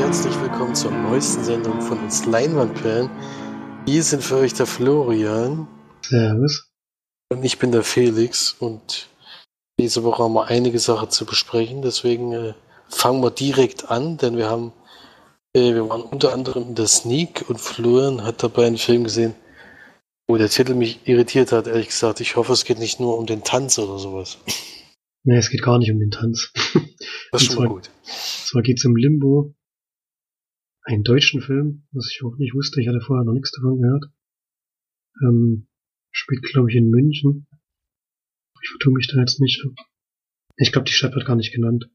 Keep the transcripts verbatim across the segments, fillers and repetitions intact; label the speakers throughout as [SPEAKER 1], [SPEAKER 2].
[SPEAKER 1] herzlich willkommen zur neuesten Sendung von uns Leinwandperlen. Hier sind für euch der Florian.
[SPEAKER 2] Servus.
[SPEAKER 1] Und ich bin der Felix und diese Woche haben wir einige Sachen zu besprechen, deswegen äh, fangen wir direkt an, denn wir haben, äh, wir waren unter anderem in der Sneak und Florian hat dabei einen Film gesehen, wo der Titel mich irritiert hat, ehrlich gesagt. Ich hoffe, es geht nicht nur um den Tanz oder sowas.
[SPEAKER 2] Nee, es geht gar nicht um den Tanz.
[SPEAKER 1] Das ist schon mal gut.
[SPEAKER 2] Zwar geht es um Limbo, einen deutschen Film, was ich auch nicht wusste. Ich hatte vorher noch nichts davon gehört. Ähm, spielt, glaube ich, in München. Ich vertue mich da jetzt nicht. Ich glaube, die Stadt wird gar nicht genannt.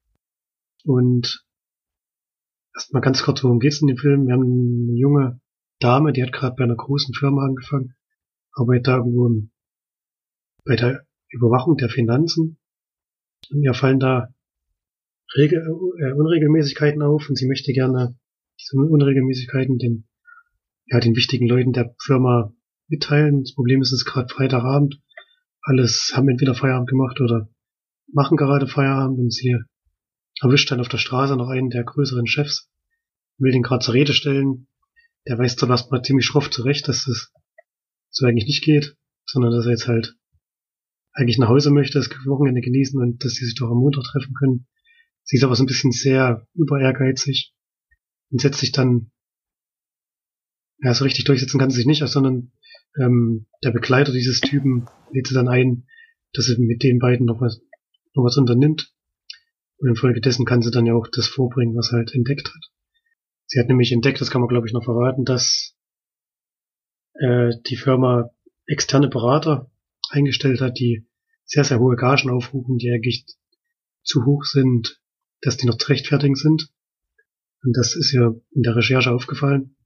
[SPEAKER 2] Und erstmal ganz kurz, worum geht's in dem Film? Wir haben eine junge Dame, die hat gerade bei einer großen Firma angefangen, arbeitet da irgendwo bei der Überwachung der Finanzen. Und ihr fallen da Regel, äh, Unregelmäßigkeiten auf und sie möchte gerne diese Unregelmäßigkeiten den, ja, den wichtigen Leuten der Firma mitteilen. Das Problem ist, es ist gerade Freitagabend. Alles haben entweder Feierabend gemacht oder machen gerade Feierabend und sie erwischt dann auf der Straße noch einen der größeren Chefs, will den gerade zur Rede stellen. Der weist dann erstmal ziemlich schroff zurecht, dass das so eigentlich nicht geht, sondern dass er jetzt halt eigentlich nach Hause möchte, das Wochenende genießen und dass sie sich doch am Montag treffen können. Sie ist aber so ein bisschen sehr über ehrgeizig und setzt sich dann, ja, so richtig durchsetzen kann sie sich nicht, sondern ähm, der Begleiter dieses Typen lädt sie dann ein, dass sie mit den beiden noch was, noch was unternimmt. Und infolgedessen kann sie dann ja auch das vorbringen, was er halt entdeckt hat. Sie hat nämlich entdeckt, das kann man glaube ich noch verraten, dass äh, die Firma externe Berater eingestellt hat, die sehr, sehr hohe Gagen aufrufen, die eigentlich zu hoch sind, dass die noch zu rechtfertigen sind. Und das ist ihr in der Recherche aufgefallen.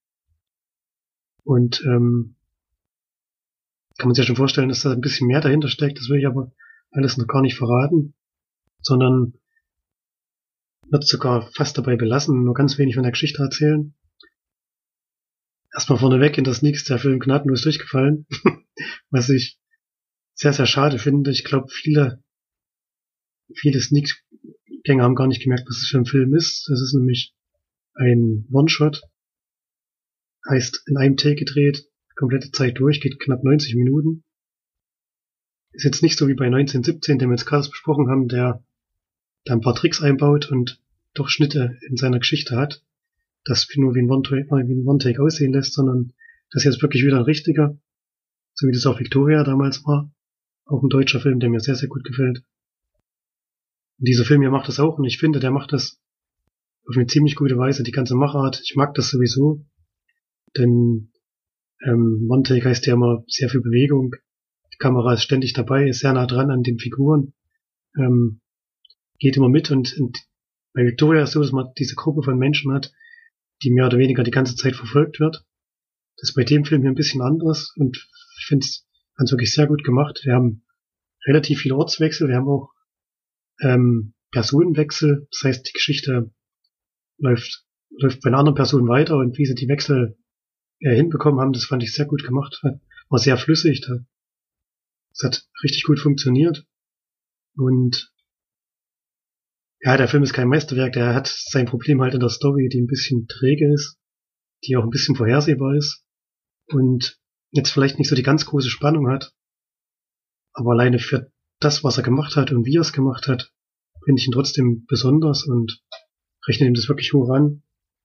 [SPEAKER 2] Und ähm, kann man sich ja schon vorstellen, dass da ein bisschen mehr dahinter steckt. Das will ich aber alles noch gar nicht verraten, sondern wird sogar fast dabei belassen, nur ganz wenig von der Geschichte erzählen. Erstmal vorneweg, in das nächste der Film gnadenlos durchgefallen, was ich sehr, sehr schade finde. Ich glaube, viele, viele Sneak-Gänger haben gar nicht gemerkt, was das für ein Film ist. Das ist nämlich ein One-Shot, heißt in einem Take gedreht, komplette Zeit durch, geht knapp neunzig Minuten. Ist jetzt nicht so wie bei neunzehnhundertsiebzehn, den wir jetzt gerade besprochen haben, der da ein paar Tricks einbaut und doch Schnitte in seiner Geschichte hat, das nur wie ein One-Take, wie ein One-Take aussehen lässt, sondern das ist jetzt wirklich wieder ein richtiger, so wie das auch Victoria damals war. Auch ein deutscher Film, der mir sehr, sehr gut gefällt. Und dieser Film hier macht das auch und ich finde, der macht das auf eine ziemlich gute Weise, die ganze Machart. Ich mag das sowieso, denn ähm, One-Take heißt ja immer sehr viel Bewegung. Die Kamera ist ständig dabei, ist sehr nah dran an den Figuren, ähm, geht immer mit und, und bei Victoria ist so, dass man diese Gruppe von Menschen hat, die mehr oder weniger die ganze Zeit verfolgt wird. Das ist bei dem Film hier ein bisschen anders und ich finde es ganz wirklich sehr gut gemacht. Wir haben relativ viele Ortswechsel, wir haben auch ähm, Personenwechsel, das heißt, die Geschichte läuft, läuft bei einer anderen Person weiter und wie sie die Wechsel äh, hinbekommen haben, das fand ich sehr gut gemacht, war sehr flüssig, das hat richtig gut funktioniert und ja, der Film ist kein Meisterwerk, der hat sein Problem halt in der Story, die ein bisschen träge ist, die auch ein bisschen vorhersehbar ist und jetzt vielleicht nicht so die ganz große Spannung hat, aber alleine für das, was er gemacht hat und wie er es gemacht hat, finde ich ihn trotzdem besonders und rechne ihm das wirklich hoch an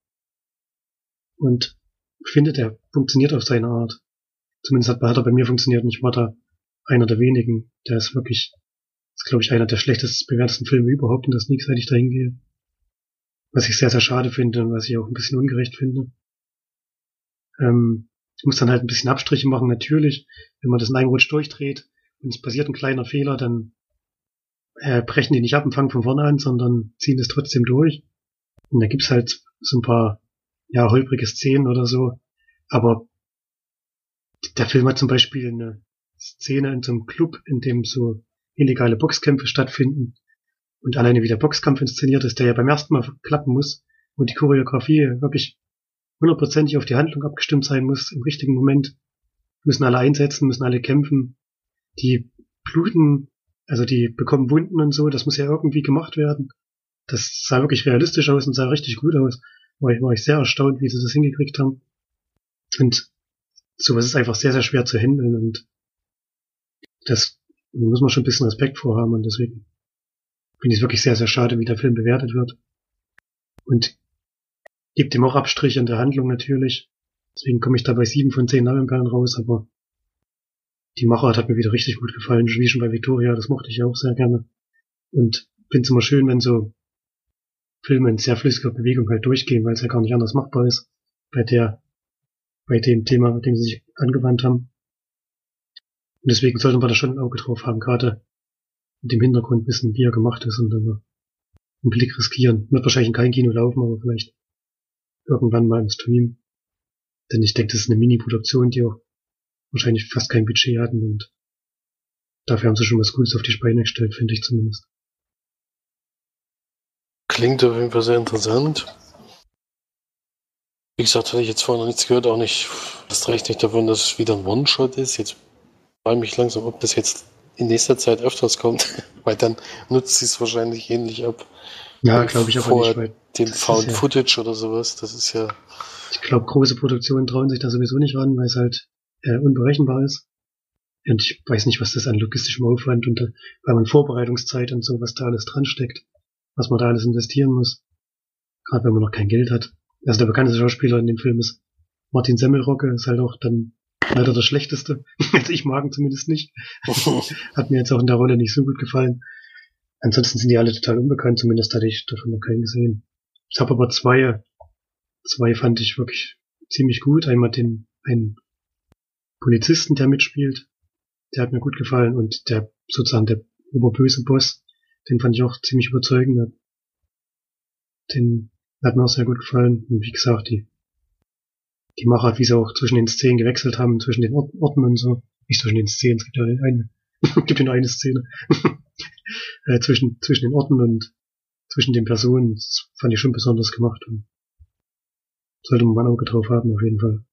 [SPEAKER 2] und finde, der funktioniert auf seine Art. Zumindest hat, hat er bei mir funktioniert und ich war da einer der wenigen, der ist wirklich, das ist glaube ich einer der schlechtest bewertesten Filme überhaupt in der Sneak, seit ich da hingehe. Was ich sehr, sehr schade finde und was ich auch ein bisschen ungerecht finde. Ähm, ich muss dann halt ein bisschen Abstriche machen, natürlich. Wenn man das in einem Rutsch durchdreht und es passiert ein kleiner Fehler, dann äh, brechen die nicht ab und fangen von vorne an, sondern ziehen es trotzdem durch. Und da gibt's halt so ein paar, ja, holprige Szenen oder so. Aber der Film hat zum Beispiel eine Szene in so einem Club, in dem so illegale Boxkämpfe stattfinden. Und alleine wie der Boxkampf inszeniert ist, der ja beim ersten Mal klappen muss, wo die Choreografie wirklich hundertprozentig auf die Handlung abgestimmt sein muss, im richtigen Moment, müssen alle einsetzen, müssen alle kämpfen, die bluten, also die bekommen Wunden und so, das muss ja irgendwie gemacht werden. das sah wirklich realistisch aus und sah richtig gut aus. War ich, war ich sehr erstaunt, wie sie das hingekriegt haben. Und sowas ist einfach sehr, sehr schwer zu handeln und das muss man schon ein bisschen Respekt vorhaben und deswegen finde ich es wirklich sehr, sehr schade, wie der Film bewertet wird. Und gibt ihm auch Abstriche in der Handlung natürlich. Deswegen komme ich da bei sieben von zehn Leinwandperlen raus, aber die Machart hat mir wieder richtig gut gefallen, wie schon bei Victoria, das mochte ich ja auch sehr gerne. Und finde es immer schön, wenn so Filme in sehr flüssiger Bewegung halt durchgehen, weil es ja gar nicht anders machbar ist bei der, bei dem Thema, mit dem sie sich angewandt haben. Und deswegen sollte man da schon ein Auge drauf haben, gerade mit dem Hintergrund wissen, wie er gemacht ist und dann einen Blick riskieren. Wird wahrscheinlich in kein Kino laufen, aber vielleicht irgendwann mal im Stream. Denn ich denke, das ist eine Mini-Produktion, die auch wahrscheinlich fast kein Budget hatten und dafür haben sie schon was Gutes auf die Beine gestellt, finde ich zumindest.
[SPEAKER 1] Klingt auf jeden Fall sehr interessant. Wie gesagt, hatte ich jetzt vorher noch nichts gehört, auch nicht, das reicht nicht davon, dass es wieder ein One-Shot ist. Jetzt frage ich mich langsam, ob das jetzt in nächster Zeit öfters kommt, weil dann nutzt sie es wahrscheinlich ähnlich ab.
[SPEAKER 2] Ja, glaube ich aber nicht, weil
[SPEAKER 1] dem Found ja Footage oder sowas, das ist ja...
[SPEAKER 2] Ich glaube, große Produktionen trauen sich da sowieso nicht ran, weil es halt äh, unberechenbar ist. Und ich weiß nicht, was das an logistischem Aufwand und äh, weil man Vorbereitungszeit und so, was da alles dran steckt, was man da alles investieren muss. Gerade wenn man noch kein Geld hat. Also der bekannteste Schauspieler in dem Film ist Martin Semmelrogge, ist halt auch dann leider der schlechteste. Also ich mag ihn zumindest nicht. Hat mir jetzt auch in der Rolle nicht so gut gefallen. Ansonsten sind die alle total unbekannt, zumindest hatte ich davon noch keinen gesehen. Ich habe aber zwei, zwei fand ich wirklich ziemlich gut. Einmal den einen Polizisten, der mitspielt, der hat mir gut gefallen und der sozusagen der oberböse Boss, den fand ich auch ziemlich überzeugend. Den hat mir auch sehr gut gefallen. Und wie gesagt, die die Macher, wie sie auch zwischen den Szenen gewechselt haben, zwischen den Orten und so. Nicht zwischen den Szenen, es gibt ja eine, es gibt ja nur eine Szene. äh, zwischen, zwischen den Orten und zwischen den Personen. Das fand ich schon besonders gemacht und sollte man mal ein Auge drauf haben, auf jeden Fall.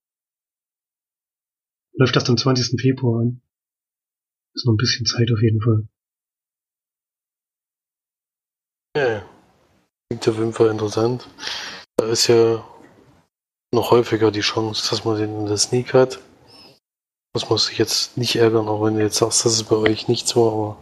[SPEAKER 2] Läuft das am zwanzigsten Februar an. Ist noch ein bisschen Zeit auf jeden Fall.
[SPEAKER 1] Ja, klingt auf jeden Fall interessant. Da ist ja noch häufiger die Chance, dass man den in der Sneak hat. Das muss sich jetzt nicht ärgern, auch wenn du jetzt sagst, dass es bei euch nichts war, aber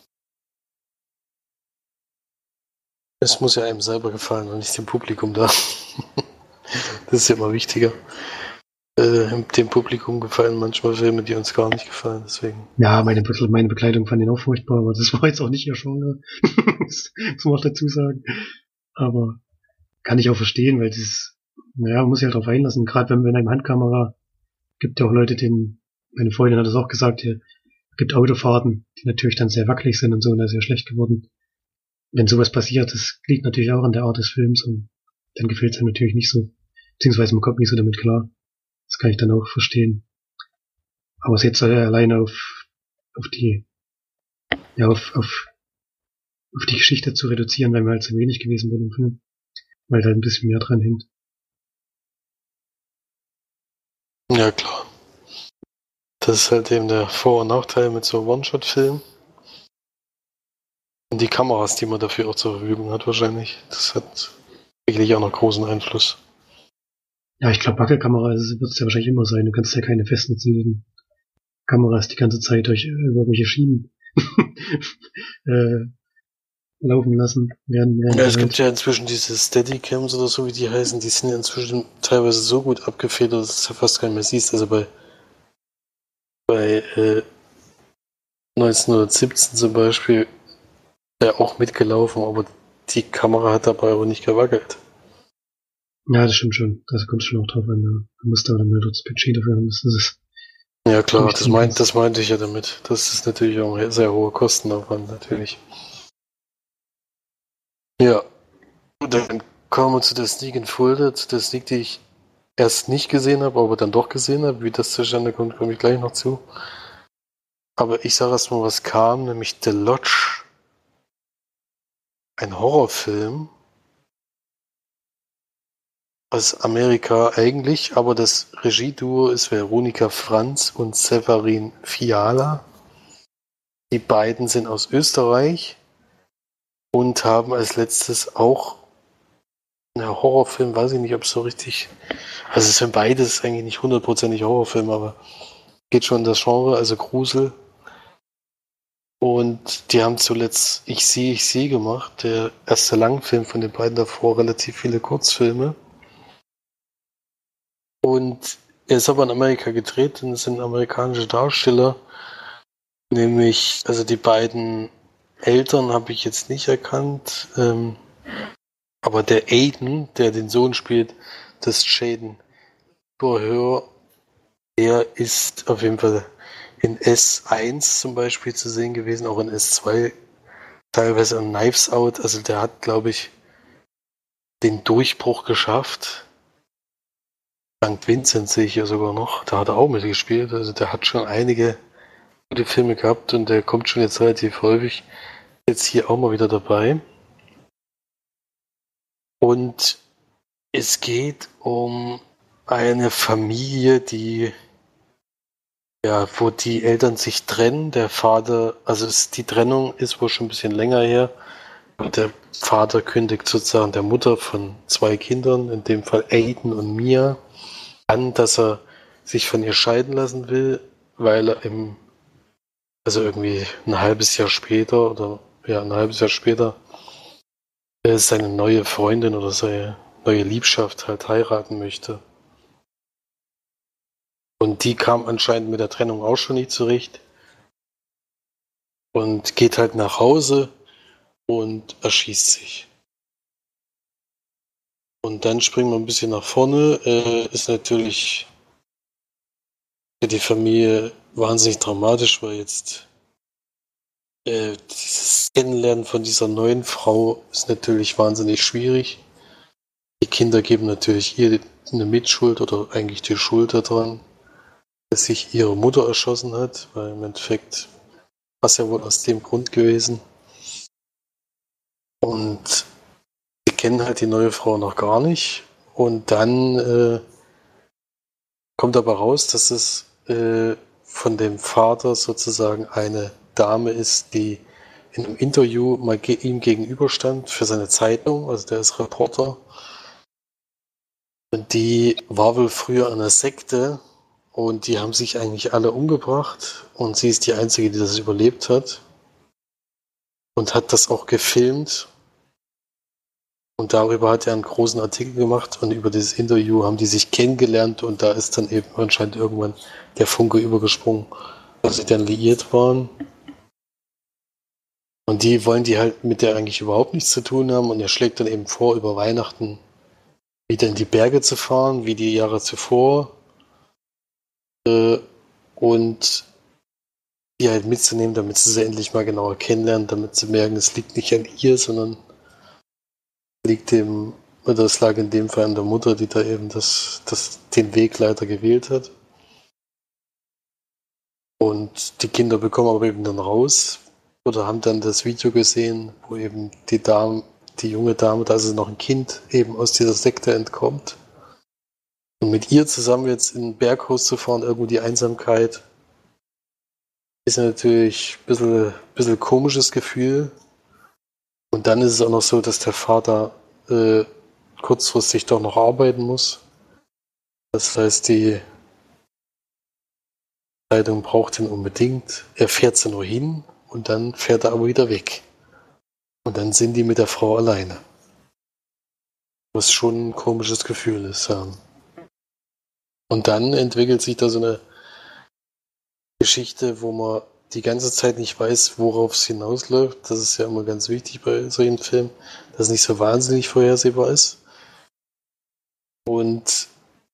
[SPEAKER 1] es muss ja einem selber gefallen und nicht dem Publikum da. Das ist ja immer wichtiger. Äh, dem Publikum gefallen manchmal Filme, die uns gar nicht gefallen, deswegen.
[SPEAKER 2] Ja, meine, Be- meine Bekleidung fand ich auch furchtbar, aber das war jetzt auch nicht ihr Genre. Das muss man auch dazu sagen. Aber kann ich auch verstehen, weil das, naja, man muss sich halt drauf einlassen. Gerade wenn, wenn einem Handkamera gibt ja auch Leute, denen, meine Freundin hat es auch gesagt, hier gibt Autofahrten, die natürlich dann sehr wackelig sind und so, und da ist ja schlecht geworden. Wenn sowas passiert, das liegt natürlich auch an der Art des Films und dann gefällt es einem natürlich nicht so. Beziehungsweise man kommt nicht so damit klar. Das kann ich dann auch verstehen. Aber es jetzt alleine auf, auf die, ja, auf, auf, auf die Geschichte zu reduzieren, weil mir halt zu wenig gewesen bei dem Film. Weil da ein bisschen mehr dran hängt.
[SPEAKER 1] Ja, klar. Das ist halt eben der Vor- und Nachteil mit so One-Shot-Filmen. Und die Kameras, die man dafür auch zur Verfügung hat, wahrscheinlich. Das hat sicherlich auch noch großen Einfluss.
[SPEAKER 2] Ja, ich glaube, Wackelkamera wird es ja wahrscheinlich immer sein. Du kannst ja keine festnetzenden Kameras die ganze Zeit durch irgendwelche Schienen äh, laufen lassen. Werden, werden
[SPEAKER 1] ja, es
[SPEAKER 2] halt.
[SPEAKER 1] gibt ja inzwischen diese Steadicams oder so, wie die heißen. Die sind ja inzwischen teilweise so gut abgefedert, dass du fast gar nicht mehr siehst. Also bei, bei äh, neunzehnhundertsiebzehn zum Beispiel ja auch mitgelaufen, aber die Kamera hat dabei aber nicht gewackelt.
[SPEAKER 2] Ja, das stimmt schon. Da kommt schon auch drauf an. Ja. Du musst da dann halt das Budget dafür haben. Das ist
[SPEAKER 1] ja klar, das, meint, das meinte ich ja damit. Das ist natürlich auch ein sehr hoher Kostenaufwand, natürlich. Ja, und dann kommen wir zu der Sneak in Fulda, zu der Sneak, die ich erst nicht gesehen habe, aber dann doch gesehen habe. Wie das zustande kommt, komme ich gleich noch zu. Aber ich sage erst mal, was kam, nämlich The Lodge. Ein Horrorfilm aus Amerika eigentlich, aber das Regieduo ist Veronika Franz und Severin Fiala. Die beiden sind aus Österreich Und haben als letztes auch einen Horrorfilm, weiß ich nicht, ob es so richtig. Also es sind beides eigentlich nicht hundertprozentig Horrorfilme, aber geht schon in das Genre, also Grusel. Und die haben zuletzt Ich sehe, ich sehe gemacht, der erste Langfilm von den beiden davor, relativ viele Kurzfilme. Und er ist aber in Amerika gedreht und es sind amerikanische Darsteller. Nämlich, also die beiden Eltern habe ich jetzt nicht erkannt. Ähm, aber der Aiden, der den Sohn spielt, das Jaden Überhör, der ist auf jeden Fall in S eins zum Beispiel zu sehen gewesen, auch in S zwei, teilweise in Knives Out. Also der hat, glaube ich, den Durchbruch geschafft. Sankt Vincent sehe ich ja sogar noch. Da hat er auch mitgespielt. Also der hat schon einige gute Filme gehabt und der kommt schon jetzt relativ häufig jetzt hier auch mal wieder dabei. Und es geht um eine Familie, die ja, wo die Eltern sich trennen. Der Vater, also es, die Trennung ist wohl schon ein bisschen länger her. Und der Vater kündigt sozusagen der Mutter von zwei Kindern, in dem Fall Aiden und Mia, an, dass er sich von ihr scheiden lassen will, weil er im, also irgendwie ein halbes Jahr später oder ja, ein halbes Jahr später äh, seine neue Freundin oder seine neue Liebschaft halt heiraten möchte. Und die kam anscheinend mit der Trennung auch schon nicht zurecht und geht halt nach Hause und erschießt sich. Und dann springen wir ein bisschen nach vorne. Äh, ist natürlich für die Familie wahnsinnig dramatisch, weil jetzt äh, dieses Kennenlernen von dieser neuen Frau ist natürlich wahnsinnig schwierig. Die Kinder geben natürlich ihr eine Mitschuld oder eigentlich die Schuld daran, dass sich ihre Mutter erschossen hat, weil im Endeffekt war es ja wohl aus dem Grund gewesen. Und sie kennen halt die neue Frau noch gar nicht. Und dann äh, kommt aber raus, dass es äh, von dem Vater sozusagen eine Dame ist, die in einem Interview mal ge- ihm gegenüberstand für seine Zeitung, also der ist Reporter. Und die war wohl früher einer Sekte und die haben sich eigentlich alle umgebracht und sie ist die Einzige, die das überlebt hat und hat das auch gefilmt. Und darüber hat er einen großen Artikel gemacht und über dieses Interview haben die sich kennengelernt und da ist dann eben anscheinend irgendwann der Funke übergesprungen, dass sie dann liiert waren. Und die wollen die halt mit der eigentlich überhaupt nichts zu tun haben und er schlägt dann eben vor, über Weihnachten wieder in die Berge zu fahren, wie die Jahre zuvor. Äh, und die halt mitzunehmen, damit sie sie endlich mal genauer kennenlernen, damit sie merken, es liegt nicht an ihr, sondern liegt dem, oder es lag in dem Fall an der Mutter, die da eben das, das, den Weg leider gewählt hat. Und die Kinder bekommen aber eben dann raus oder haben dann das Video gesehen, wo eben die Dame, die junge Dame, da ist es noch ein Kind, eben aus dieser Sekte entkommt. Und mit ihr zusammen jetzt in den Berghaus zu fahren, irgendwo die Einsamkeit, ist natürlich ein bisschen, bisschen komisches Gefühl. Und dann ist es auch noch so, dass der Vater äh, kurzfristig doch noch arbeiten muss. Das heißt, die Zeitung braucht ihn unbedingt. Er fährt sie nur hin und dann fährt er aber wieder weg. Und dann sind die mit der Frau alleine. Was schon ein komisches Gefühl ist. Ja. Und dann entwickelt sich da so eine Geschichte, wo man die ganze Zeit nicht weiß, worauf es hinausläuft. Das ist ja immer ganz wichtig bei solchen Filmen, dass es nicht so wahnsinnig vorhersehbar ist. Und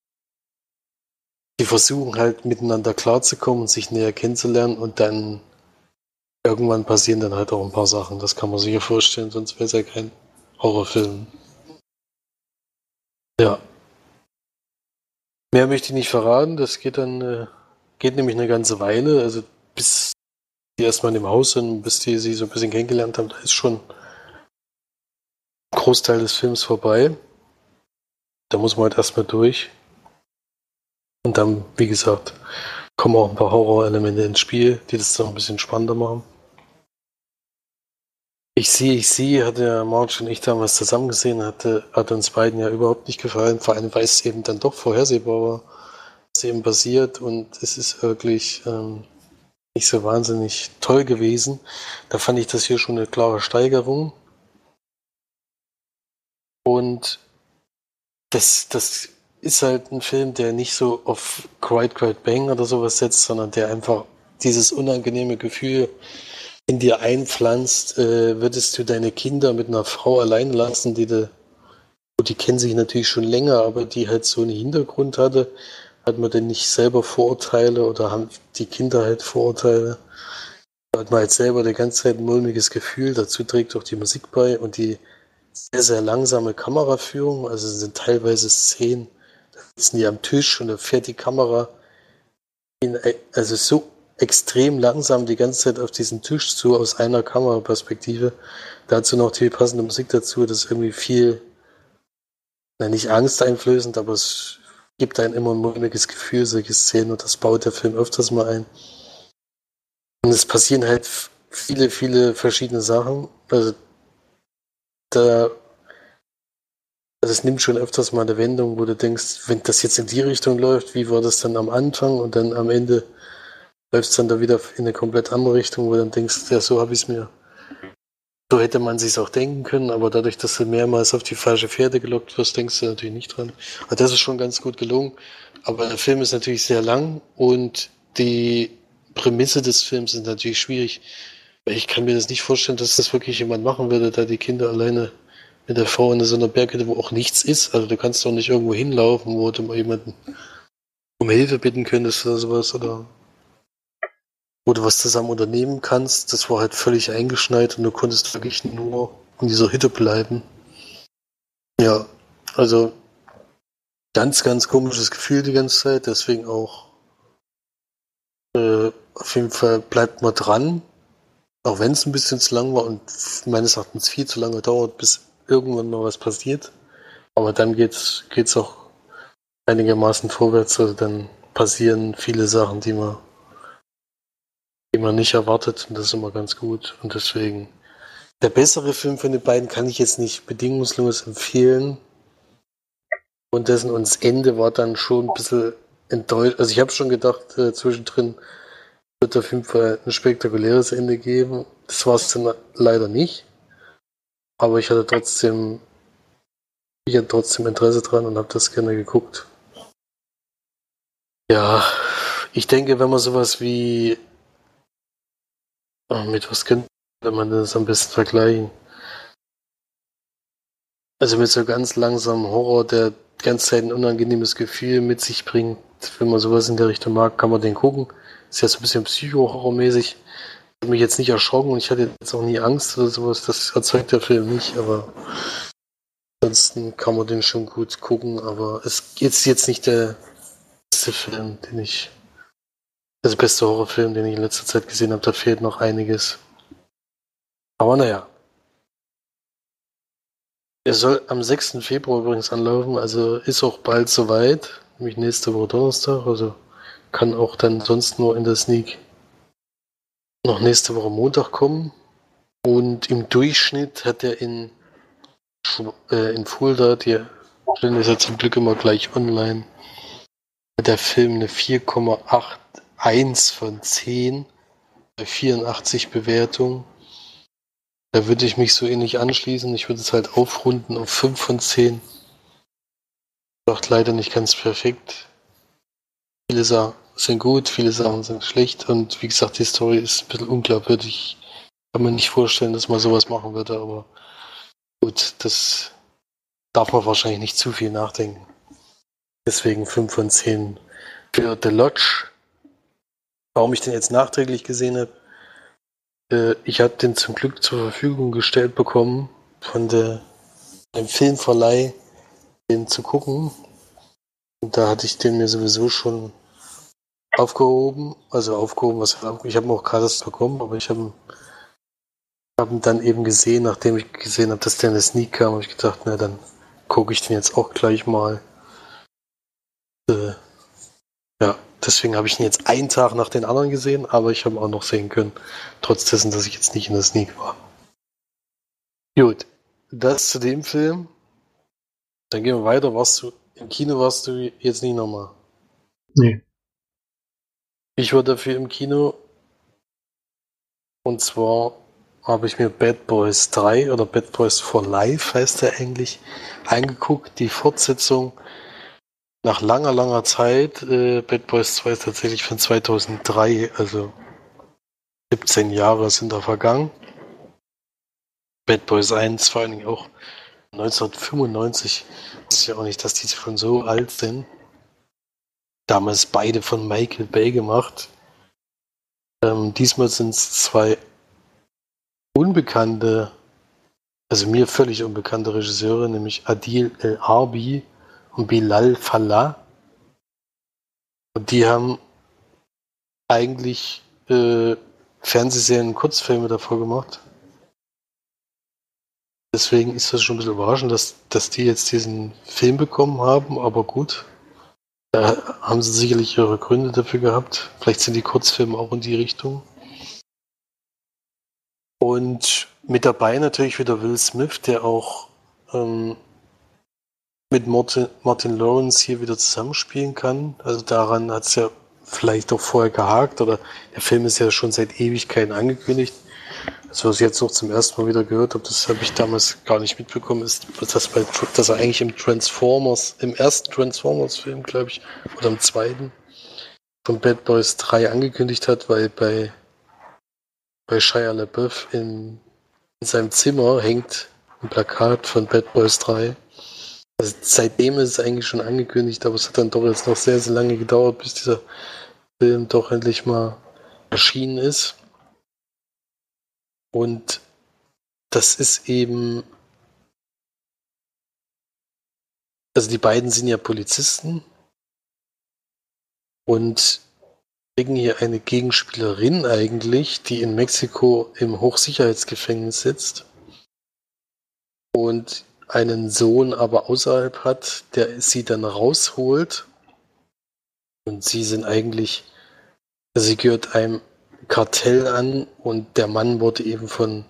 [SPEAKER 1] die versuchen halt miteinander klarzukommen und sich näher kennenzulernen und dann irgendwann passieren dann halt auch ein paar Sachen. Das kann man sich ja vorstellen, sonst wäre es ja kein Horrorfilm. Ja. Mehr möchte ich nicht verraten. Das geht dann, äh, geht nämlich eine ganze Weile. Also bis die erstmal in dem Haus sind, bis die sie so ein bisschen kennengelernt haben, da ist schon ein Großteil des Films vorbei. Da muss man halt erstmal durch. Und dann, wie gesagt, kommen auch ein paar Horrorelemente ins Spiel, die das dann ein bisschen spannender machen. Ich sehe, ich sehe, hatte ja Marge und ich damals zusammen gesehen, hatte, hat uns beiden ja überhaupt nicht gefallen, vor allem weil es eben dann doch vorhersehbar war, was eben passiert und es ist wirklich ähm, nicht so wahnsinnig toll gewesen. Da fand ich das hier schon eine klare Steigerung und das, das ist halt ein Film, der nicht so auf Quite Quite Bang oder sowas setzt, sondern der einfach dieses unangenehme Gefühl in dir einpflanzt, äh, würdest du deine Kinder mit einer Frau allein lassen, die de, die kennen sich natürlich schon länger, aber die halt so einen Hintergrund hatte, hat man denn nicht selber Vorurteile oder haben die Kinder halt Vorurteile? Hat man halt selber die ganze Zeit ein mulmiges Gefühl, dazu trägt auch die Musik bei und die sehr, sehr langsame Kameraführung, also es sind teilweise Szenen, da sitzen die am Tisch und da fährt die Kamera in, also so extrem langsam die ganze Zeit auf diesen Tisch zu, aus einer Kameraperspektive. Dazu noch die passende Musik dazu, das ist irgendwie viel, na, nicht angsteinflößend, aber es gibt einem immer ein mulmiges Gefühl, solche Szenen, und das baut der Film öfters mal ein. Und es passieren halt viele, viele verschiedene Sachen. Also da, also es nimmt schon öfters mal eine Wendung, wo du denkst, wenn das jetzt in die Richtung läuft, wie war das dann am Anfang? Und dann am Ende läuft es dann da wieder in eine komplett andere Richtung, wo du dann denkst, ja, so habe ich es mir, so hätte man sich auch denken können, aber dadurch, dass du mehrmals auf die falsche Pferde gelockt wirst, denkst du natürlich nicht dran. Aber das ist schon ganz gut gelungen. Aber der Film ist natürlich sehr lang und die Prämisse des Films ist natürlich schwierig. Weil ich kann mir das nicht vorstellen, dass das wirklich jemand machen würde, da die Kinder alleine mit der Frau in so einer Berghütte, wo auch nichts ist. Also du kannst doch nicht irgendwo hinlaufen, wo du mal jemanden um Hilfe bitten könntest oder sowas, oder wo du was zusammen unternehmen kannst. Das war halt völlig eingeschneit und du konntest wirklich nur in dieser Hütte bleiben. Ja, also ganz, ganz komisches Gefühl die ganze Zeit, deswegen auch äh, auf jeden Fall bleibt man dran, auch wenn es ein bisschen zu lang war und meines Erachtens viel zu lange dauert, bis irgendwann mal was passiert. Aber dann geht's, geht's auch einigermaßen vorwärts, also dann passieren viele Sachen, die man, die man nicht erwartet, und das ist immer ganz gut. Und deswegen, der bessere Film von den beiden kann ich jetzt nicht bedingungslos empfehlen. Und dessen und das Ende war dann schon ein bisschen enttäuscht. Also ich habe schon gedacht, äh, zwischendrin wird auf jeden Fall ein spektakuläres Ende geben. Das war es dann leider nicht. Aber ich hatte trotzdem, ich hatte trotzdem Interesse dran und habe das gerne geguckt. Ja, ich denke, wenn man sowas wie, oh, mit was könnte man das am besten vergleichen? Also mit so ganz langsamem Horror, der die ganze Zeit ein unangenehmes Gefühl mit sich bringt. Wenn man sowas in der Richtung mag, kann man den gucken. Ist ja so ein bisschen Psycho-Horror-mäßig. Hat mich jetzt nicht erschrocken und ich hatte jetzt auch nie Angst oder sowas. Das erzeugt der Film nicht, aber ansonsten kann man den schon gut gucken. Aber es ist jetzt nicht der beste Film, den ich, also der beste Horrorfilm, den ich in letzter Zeit gesehen habe. Da fehlt noch einiges. Aber naja. Er soll am sechsten Februar übrigens anlaufen, also ist auch bald soweit, nämlich nächste Woche Donnerstag, also kann auch dann sonst nur in der Sneak noch nächste Woche Montag kommen. Und im Durchschnitt hat er in, äh, in Fulda, die stellen ist ja zum Glück immer gleich online, hat der Film eine vier Komma einundachtzig von zehn bei vierundachtzig Bewertungen. Da würde ich mich so ähnlich anschließen. Ich würde es halt aufrunden auf fünf von zehn. Macht leider nicht ganz perfekt. Viele Sachen sind gut, viele Sachen sind schlecht und wie gesagt, die Story ist ein bisschen unglaubwürdig. Kann man nicht vorstellen, dass man sowas machen würde, aber gut, das darf man wahrscheinlich nicht zu viel nachdenken. Deswegen fünf von zehn für The Lodge. Warum ich den jetzt nachträglich gesehen habe, äh, ich habe den zum Glück zur Verfügung gestellt bekommen von der, dem Filmverleih, den zu gucken. Und da hatte ich den mir sowieso schon aufgehoben, also aufgehoben, was ich habe ihn auch gratis bekommen, aber ich habe hab ihn dann eben gesehen, nachdem ich gesehen habe, dass der in der Sneak kam, habe ich gedacht, na dann gucke ich den jetzt auch gleich mal. Äh, ja, deswegen habe ich ihn jetzt einen Tag nach den anderen gesehen, aber ich habe ihn auch noch sehen können, trotz dessen, dass ich jetzt nicht in der Sneak war. Gut, das zu dem Film. Dann gehen wir weiter. Warst du im Kino, warst du jetzt nicht nochmal?
[SPEAKER 2] Nee.
[SPEAKER 1] Ich war dafür im Kino. Und zwar habe ich mir Bad Boys drei oder Bad Boys for Life heißt der eigentlich, angeguckt. Die Fortsetzung nach langer, langer Zeit. Äh, Bad Boys zwei ist tatsächlich von zweitausenddrei, also siebzehn Jahre sind da vergangen. Bad Boys eins vor allen Dingen auch neunzehnhundertfünfundneunzig. Das ist ja auch nicht, dass die schon so alt sind. Damals beide von Michael Bay gemacht. Ähm, diesmal sind es zwei unbekannte, also mir völlig unbekannte Regisseure, nämlich Adil El-Arbi und Bilal Fallah. Und die haben eigentlich äh, Fernsehserien, Kurzfilme davor gemacht. Deswegen ist das schon ein bisschen überraschend, dass, dass die jetzt diesen Film bekommen haben, aber gut. Da haben sie sicherlich ihre Gründe dafür gehabt. Vielleicht sind die Kurzfilme auch in die Richtung. Und mit dabei natürlich wieder Will Smith, der auch ähm, mit Martin, Martin Lawrence hier wieder zusammenspielen kann. Also daran hat es ja vielleicht auch vorher gehakt, oder der Film ist ja schon seit Ewigkeiten angekündigt. Also was ich jetzt noch zum ersten Mal wieder gehört habe, das habe ich damals gar nicht mitbekommen, ist, dass, bei, dass er eigentlich im Transformers, im ersten Transformers-Film, glaube ich, oder im zweiten, von Bad Boys drei angekündigt hat, weil bei, bei Shia LaBeouf in, in seinem Zimmer hängt ein Plakat von Bad Boys drei. Also seitdem ist es eigentlich schon angekündigt, aber es hat dann doch jetzt noch sehr, sehr lange gedauert, bis dieser Film doch endlich mal erschienen ist. Und das ist eben, also die beiden sind ja Polizisten und kriegen hier eine Gegenspielerin eigentlich, die in Mexiko im Hochsicherheitsgefängnis sitzt und einen Sohn aber außerhalb hat, der sie dann rausholt. Und sie sind eigentlich, also sie gehört einem Kartell an und der Mann wurde eben von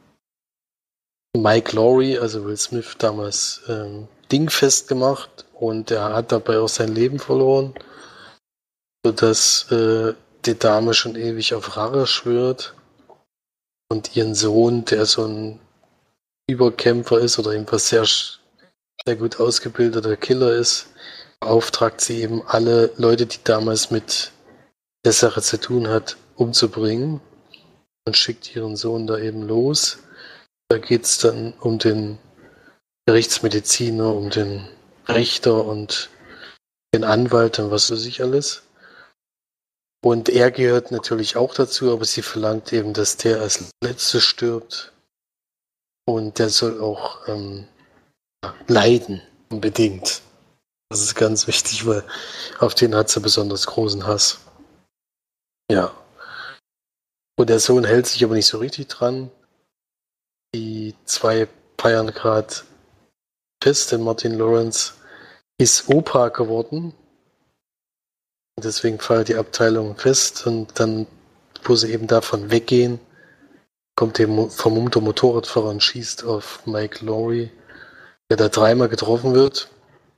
[SPEAKER 1] Mike Lowry, also Will Smith, damals ähm, dingfest gemacht und er hat dabei auch sein Leben verloren, sodass äh, die Dame schon ewig auf Rache schwört und ihren Sohn, der so ein Überkämpfer ist oder jedenfalls sehr, sehr gut ausgebildeter Killer ist, beauftragt sie eben alle Leute, die damals mit der Sache zu tun hat, umzubringen und schickt ihren Sohn da eben los. Da geht es dann um den Gerichtsmediziner, um den Richter und den Anwalt und was weiß ich alles. Und er gehört natürlich auch dazu, aber sie verlangt eben, dass der als Letztes stirbt. Und der soll auch ähm, leiden, unbedingt. Das ist ganz wichtig, weil auf den hat sie besonders großen Hass. Ja. Und der Sohn hält sich aber nicht so richtig dran. Die zwei feiern gerade fest, denn Martin Lawrence ist Opa geworden. Und deswegen feiert die Abteilung fest und dann, wo sie eben davon weggehen, kommt der vermummte Motorradfahrer und schießt auf Mike Lowry, der da dreimal getroffen wird.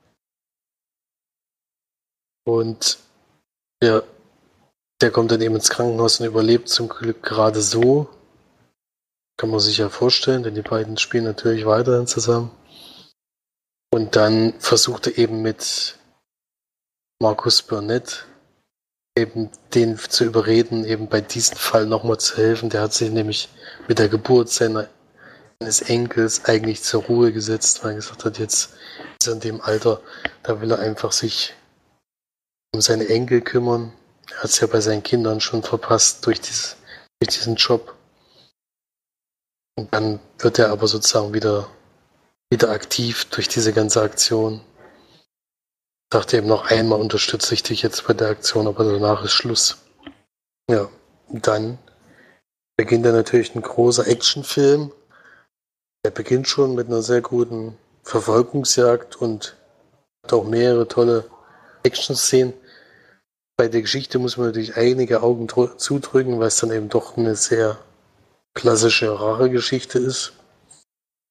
[SPEAKER 1] Und der, der kommt dann eben ins Krankenhaus und überlebt zum Glück gerade so. Kann man sich ja vorstellen, denn die beiden spielen natürlich weiterhin zusammen. Und dann versucht er eben mit Marcus Burnett eben den zu überreden, eben bei diesem Fall nochmal zu helfen. Der hat sich nämlich mit der Geburt seiner, seines Enkels eigentlich zur Ruhe gesetzt, weil er gesagt hat, jetzt ist er in dem Alter, da will er einfach sich um seine Enkel kümmern. Er hat es ja bei seinen Kindern schon verpasst durch, dieses, durch diesen Job. Und dann wird er aber sozusagen wieder, wieder aktiv durch diese ganze Aktion. Ich dachte eben noch einmal, unterstütze ich dich jetzt bei der Aktion, aber danach ist Schluss. Ja, und dann beginnt dann natürlich ein großer Actionfilm. Der beginnt schon mit einer sehr guten Verfolgungsjagd und hat auch mehrere tolle Action-Szenen. Bei der Geschichte muss man natürlich einige Augen dr- zudrücken, weil es dann eben doch eine sehr klassische Rache-Geschichte ist.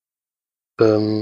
[SPEAKER 1] Ähm,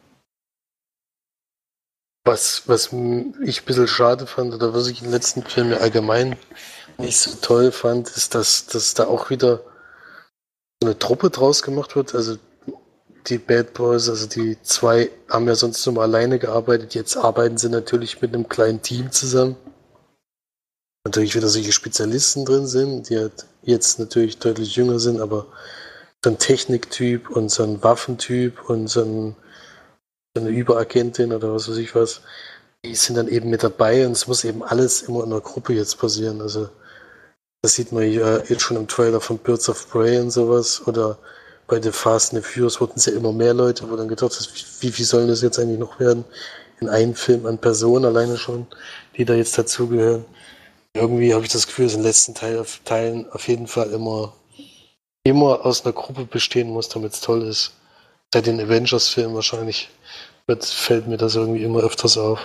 [SPEAKER 1] was, was m- ich ein bisschen schade fand, oder was ich in den letzten Filmen allgemein nicht so toll fand, ist, dass, dass da auch wieder so eine Truppe draus gemacht wird. Also die Bad Boys, also die zwei haben ja sonst nur mal alleine gearbeitet. Jetzt arbeiten sie natürlich mit einem kleinen Team zusammen. Natürlich wieder solche Spezialisten drin sind, die halt jetzt natürlich deutlich jünger sind, aber so ein Techniktyp und so ein Waffentyp und so, ein, so eine Überagentin oder was weiß ich was, die sind dann eben mit dabei und es muss eben alles immer in der Gruppe jetzt passieren. Also das sieht man ja jetzt schon im Trailer von Birds of Prey und sowas oder bei The Fast and the Furious wurden es ja immer mehr Leute, wo dann gedacht ist, wie viel sollen das jetzt eigentlich noch werden? In einem Film an Personen alleine schon, die da jetzt dazugehören. Irgendwie habe ich das Gefühl, dass in den letzten Teil, Teilen auf jeden Fall immer, immer aus einer Gruppe bestehen muss, damit es toll ist. Seit den Avengers-Filmen wahrscheinlich wird, fällt mir das irgendwie immer öfters auf.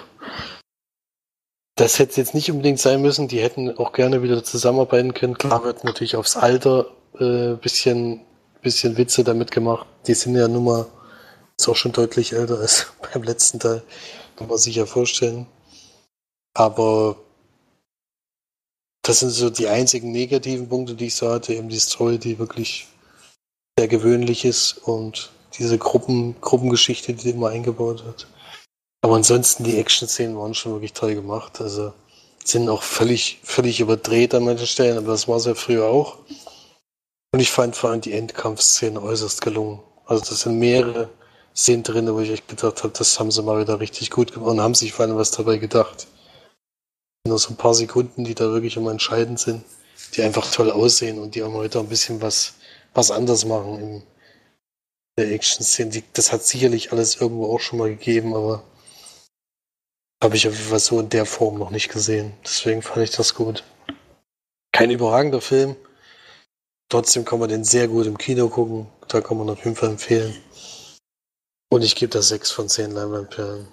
[SPEAKER 1] Das hätte jetzt nicht unbedingt sein müssen. Die hätten auch gerne wieder zusammenarbeiten können. Klar wird natürlich aufs Alter äh, bisschen, bisschen Witze damit gemacht. Die sind ja nun mal ist auch schon deutlich älter als beim letzten Teil. Kann man sich ja vorstellen. Aber das sind so die einzigen negativen Punkte, die ich so hatte. Eben die Story, die wirklich sehr gewöhnlich ist und diese Gruppen, Gruppengeschichte, die immer eingebaut wird. Aber ansonsten die Action-Szenen waren schon wirklich toll gemacht. Also sind auch völlig, völlig überdreht an manchen Stellen, aber das war es ja früher auch. Und ich fand vor allem die Endkampfszene äußerst gelungen. Also das sind mehrere Szenen drin, wo ich echt gedacht habe, das haben sie mal wieder richtig gut gemacht und haben sich vor allem was dabei gedacht. Nur so ein paar Sekunden, die da wirklich immer entscheidend sind, die einfach toll aussehen und die auch mal wieder ein bisschen was, was anders machen in der Action-Szene. Das hat sicherlich alles irgendwo auch schon mal gegeben, aber habe ich auf jeden Fall so in der Form noch nicht gesehen. Deswegen fand ich das gut. Kein überragender Film. Trotzdem kann man den sehr gut im Kino gucken. Da kann man auf jeden Fall empfehlen. Und ich gebe da sechs von zehn Leinwandperlen.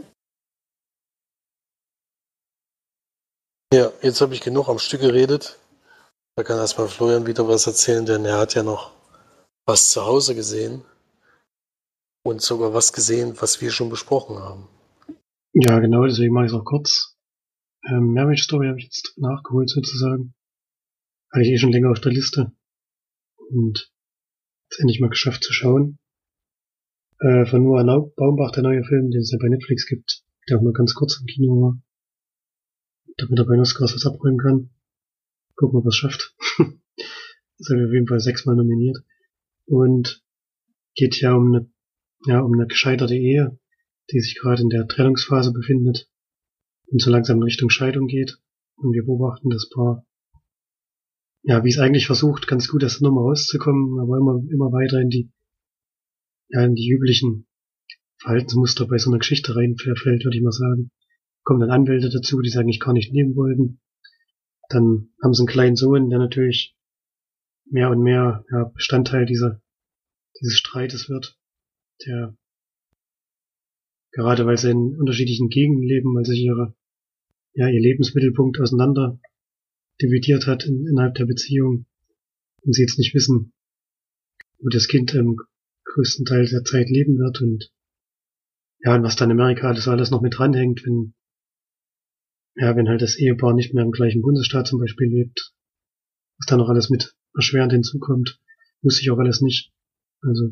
[SPEAKER 1] Ja, jetzt habe ich genug am Stück geredet. Da kann erstmal Florian wieder was erzählen, denn er hat ja noch was zu Hause gesehen. Und sogar was gesehen, was wir schon besprochen haben.
[SPEAKER 2] Ja, genau, deswegen mache ich es auch kurz. Ähm, Marriage Story habe ich jetzt nachgeholt sozusagen. Hatte ich eh schon länger auf der Liste. Und jetzt endlich mal geschafft zu schauen. Äh, von Noah Baumbach, der neue Film, den es ja bei Netflix gibt, der auch nur ganz kurz im Kino war. Damit er bei Oscars was abräumen kann. Gucken, ob er es schafft. Ist er auf jeden Fall sechsmal nominiert. Und geht ja um eine, ja, um eine gescheiterte Ehe, die sich gerade in der Trennungsphase befindet und so langsam in Richtung Scheidung geht. Und wir beobachten das Paar, ja, wie es eigentlich versucht, ganz gut aus der Nummer rauszukommen, aber immer, immer weiter in die, ja, in die üblichen Verhaltensmuster bei so einer Geschichte reinfällt, würde ich mal sagen. Kommen dann Anwälte dazu, die sagen, ich gar nicht nehmen wollten. Dann haben sie einen kleinen Sohn, der natürlich mehr und mehr ja, Bestandteil dieser, dieses Streites wird, der gerade weil sie in unterschiedlichen Gegenden leben, weil sich ihre, ja, ihr Lebensmittelpunkt auseinander dividiert hat in, innerhalb der Beziehung und sie jetzt nicht wissen, wo das Kind im größten Teil der Zeit leben wird und ja, und was dann in Amerika alles, alles noch mit dranhängt, wenn ja, wenn halt das Ehepaar nicht mehr im gleichen Bundesstaat zum Beispiel lebt, was da noch alles mit erschwerend hinzukommt, wusste ich auch alles nicht. Also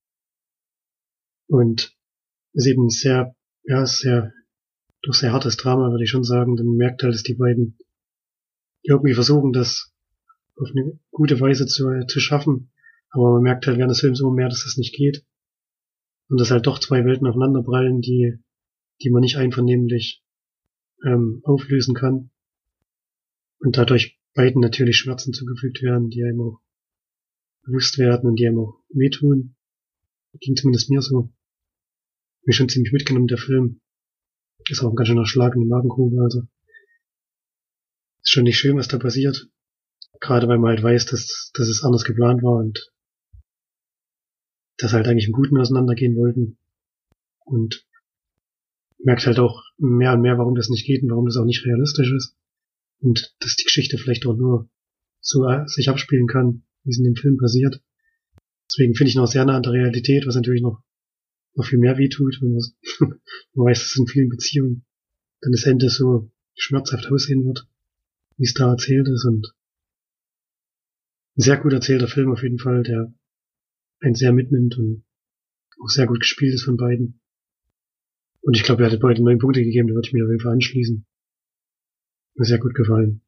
[SPEAKER 2] und ist eben sehr, ja, sehr, doch sehr hartes Drama, würde ich schon sagen. Dann merkt halt, dass die beiden irgendwie versuchen, das auf eine gute Weise zu, zu schaffen. Aber man merkt halt während des Films immer mehr, dass das nicht geht. Und dass halt doch zwei Welten aufeinanderprallen, die, die man nicht einvernehmlich ähm, auflösen kann. Und dadurch beiden natürlich Schmerzen zugefügt werden, die einem auch bewusst werden und die einem auch wehtun. Ging zumindest mir so. Mich schon ziemlich mitgenommen, der Film. Ist auch ein ganz schöner Schlag in die Magengrube, also. Ist schon nicht schön, was da passiert. Gerade weil man halt weiß, dass, dass es anders geplant war und dass halt eigentlich im Guten auseinandergehen wollten. Und merkt halt auch mehr und mehr, warum das nicht geht und warum das auch nicht realistisch ist. Und dass die Geschichte vielleicht auch nur so sich abspielen kann, wie es in dem Film passiert. Deswegen finde ich noch sehr nah an der Realität, was natürlich noch noch viel mehr wehtut, wenn man, man weiß, dass in vielen Beziehungen dann das Ende so schmerzhaft aussehen wird, wie es da erzählt ist. Und ein sehr gut erzählter Film auf jeden Fall, der einen sehr mitnimmt und auch sehr gut gespielt ist von beiden. Und ich glaube, er hat beide neun Punkte gegeben, da würde ich mir auf jeden Fall anschließen. Mir sehr gut gefallen.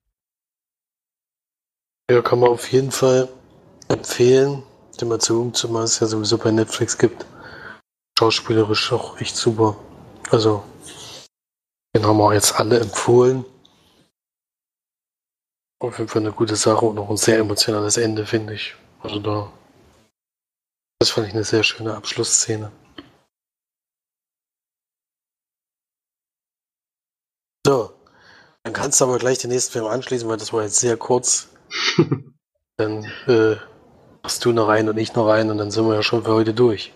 [SPEAKER 1] Ja, kann man auf jeden Fall empfehlen, den mal zu gucken, zumal es ja sowieso bei Netflix gibt. Schauspielerisch auch echt super. Also, den haben wir auch jetzt alle empfohlen. Auf jeden Fall eine gute Sache und auch ein sehr emotionales Ende, finde ich. Also da, das fand ich eine sehr schöne Abschlussszene. So, dann kannst du aber gleich den nächsten Film anschließen, weil das war jetzt sehr kurz. Dann äh, machst du noch rein und ich noch rein und dann sind wir ja schon für heute durch.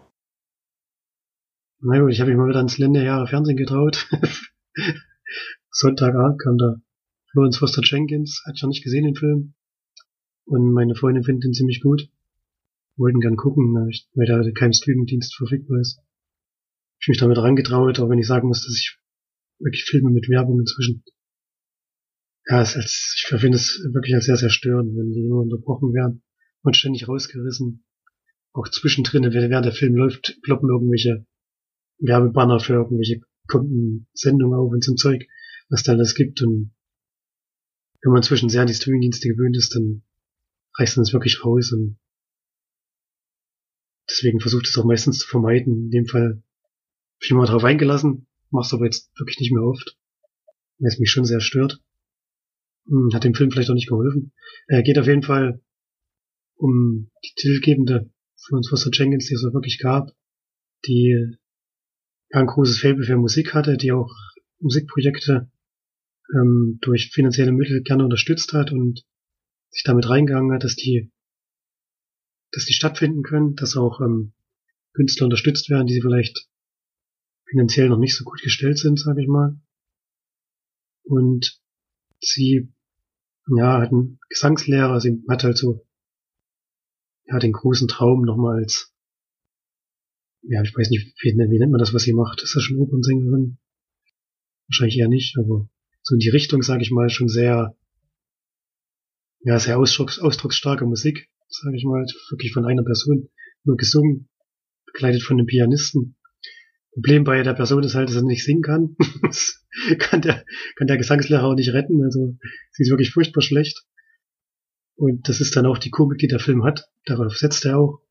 [SPEAKER 2] Na gut, ich habe mich mal wieder ans lineare Fernsehen getraut. Sonntagabend kam da Florence Foster Jenkins, hat ich noch nicht gesehen den Film. Und meine Freundin findet ihn ziemlich gut. Wollten gern gucken, weil da kein Streamingdienst verfügbar ist. Ich mich damit rangetraut, auch wenn ich sagen muss, dass ich wirklich Filme mit Werbung inzwischen, ja, es als, ich finde es wirklich als sehr, sehr störend, wenn die nur unterbrochen werden und ständig rausgerissen. Auch zwischendrin, während der Film läuft, ploppen irgendwelche Werbebanner für irgendwelche Kundensendungen auf und zum Zeug, was da alles gibt. Und wenn man inzwischen sehr an die Streamingdienste gewöhnt ist, dann reißt man es wirklich raus und deswegen versucht es auch meistens zu vermeiden. In dem Fall habe ich mich mal drauf eingelassen, mach's aber jetzt wirklich nicht mehr oft, weil es mich schon sehr stört. Hat dem Film vielleicht auch nicht geholfen. Er geht auf jeden Fall um die titelgebende Florence Foster Jenkins, die es auch wirklich gab, die ja ein großes Faible für Musik hatte, die auch Musikprojekte ähm, durch finanzielle Mittel gerne unterstützt hat und sich damit reingegangen hat, dass die dass die stattfinden können, dass auch ähm, Künstler unterstützt werden, die vielleicht finanziell noch nicht so gut gestellt sind, sage ich mal. Und sie ja, hat einen Gesangslehrer, sie hat halt so ja, den großen Traum nochmal als, ja, ich weiß nicht, wie, wie nennt man das, was sie macht? Ist das schon Opernsängerin? Wahrscheinlich eher nicht, aber so in die Richtung, sage ich mal, schon sehr, ja, sehr ausdrucks, ausdrucksstarke Musik, sage ich mal, wirklich von einer Person nur gesungen, begleitet von einem Pianisten. Problem bei der Person ist halt, dass er nicht singen kann. Das kann der, kann der Gesangslehrer auch nicht retten, also sie ist wirklich furchtbar schlecht. Und das ist dann auch die Komik, die der Film hat. Darauf setzt er auch.